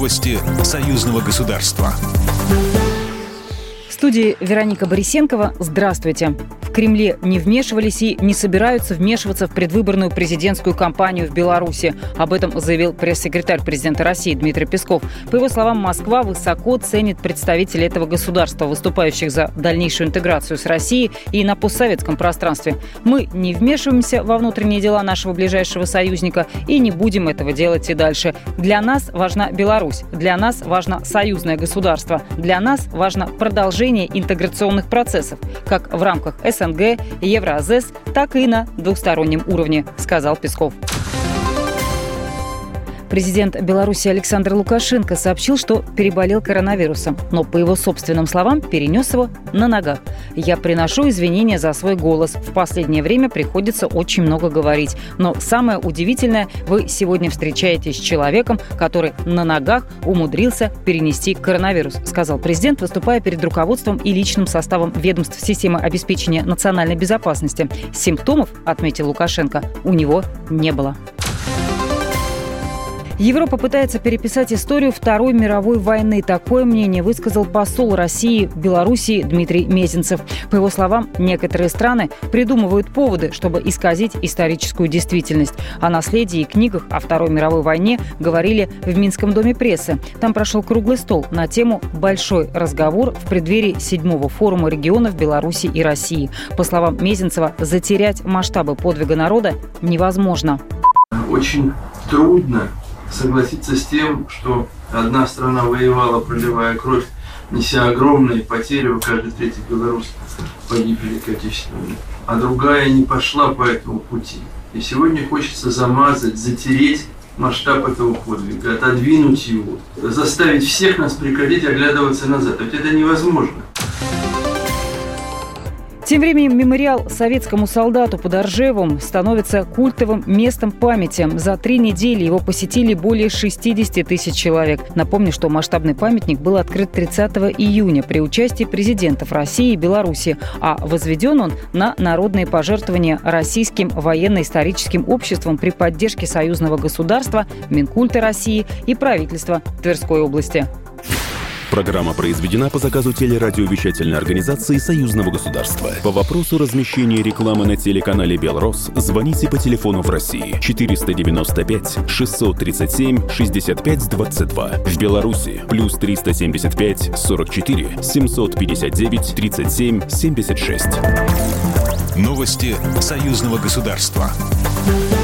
Новости союзного государства. В студии Вероника Борисенкова. Здравствуйте. В Кремле не вмешивались и не собираются вмешиваться в предвыборную президентскую кампанию в Беларуси. Об этом заявил пресс-секретарь президента России Дмитрий Песков. По его словам, Москва высоко ценит представителей этого государства, выступающих за дальнейшую интеграцию с Россией и на постсоветском пространстве. Мы не вмешиваемся во внутренние дела нашего ближайшего союзника и не будем этого делать и дальше. Для нас важна Беларусь, для нас важно союзное государство, для нас важно продолжение интеграционных процессов, как в рамках СНГ, Евразес, так и на двухстороннем уровне, сказал Песков. Президент Беларуси Александр Лукашенко сообщил, что переболел коронавирусом, но, по его собственным словам, перенес его на ногах. «Я приношу извинения за свой голос. В последнее время приходится очень много говорить. Но самое удивительное, вы сегодня встречаетесь с человеком, который на ногах умудрился перенести коронавирус», сказал президент, выступая перед руководством и личным составом ведомств системы обеспечения национальной безопасности. Симптомов, отметил Лукашенко, у него не было. Европа пытается переписать историю Второй мировой войны. Такое мнение высказал посол России в Беларуси Дмитрий Мезенцев. По его словам, некоторые страны придумывают поводы, чтобы исказить историческую действительность. О наследии и книгах о Второй мировой войне говорили в Минском доме прессы. Там прошел круглый стол на тему «Большой разговор» в преддверии 7-го форума регионов Беларуси и России. По словам Мезенцева, затерять масштабы подвига народа невозможно. Очень трудно согласиться с тем, что одна страна воевала, проливая кровь, неся огромные потери, каждый третий белорус погиб в Великой Отечественной, а другая не пошла по этому пути. И сегодня хочется замазать, затереть масштаб этого подвига, отодвинуть его, заставить всех нас прекратить оглядываться назад. Ведь это невозможно. Тем временем мемориал советскому солдату под Оржевом становится культовым местом памяти. За 3 недели его посетили более 60 тысяч человек. Напомню, что масштабный памятник был открыт 30 июня при участии президентов России и Беларуси, а возведен он на народные пожертвования Российским военно-историческим обществом при поддержке союзного государства, Минкульта России и правительства Тверской области. Программа произведена по заказу телерадиовещательной организации Союзного государства. По вопросу размещения рекламы на телеканале «Белрос» звоните по телефону в России 495 637 65 22. В Беларуси плюс 375 44 759 37 76. Новости союзного государства.